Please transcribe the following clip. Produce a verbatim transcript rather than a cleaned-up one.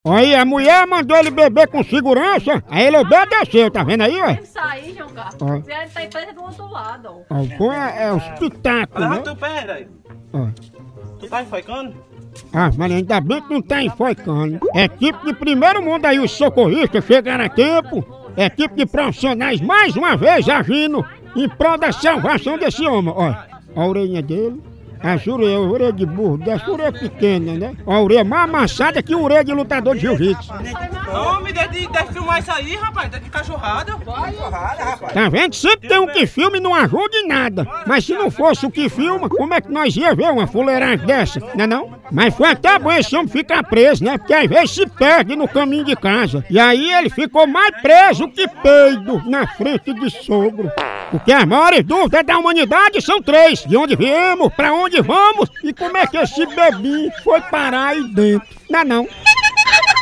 Aí a mulher mandou ele beber com segurança, aí ele obedeceu, tá vendo aí, ó? Ele sair, João Carlos. Ó. Ele tá em pé do outro lado, ó. Ó, põe é, é os pitacos, Ah, né? tu pera aí. Ó. Tu tá enfoicando? Ah, mas ainda bem que não tá enfoicando. É tipo de primeiro mundo aí, os socorristas chegaram a tempo. É tipo de profissionais mais uma vez agindo em prol da salvação desse homem. Ó, a orelha dele, as orelhas, a orelha de burro, dessa orelha pequena, né? A orelha mais amassada que a orelha de lutador de jiu-jitsu. Homem, deve, deve filmar isso aí, rapaz. Deve de cachorrada. Cachorrada, rapaz. Tá vendo? Sempre tem um que filma e não ajuda em nada. Mas se não fosse o que filma, como é que nós ia ver uma fuleiragem dessa? Não é não? Mas foi até bom esse homem ficar preso, né? Porque às vezes se perde no caminho de casa. E aí ele ficou mais preso que peido na frente de sogro. Porque as maiores dúvidas da humanidade são três. De onde viemos, pra onde vamos e como é que esse bebinho foi parar aí dentro. Não é não?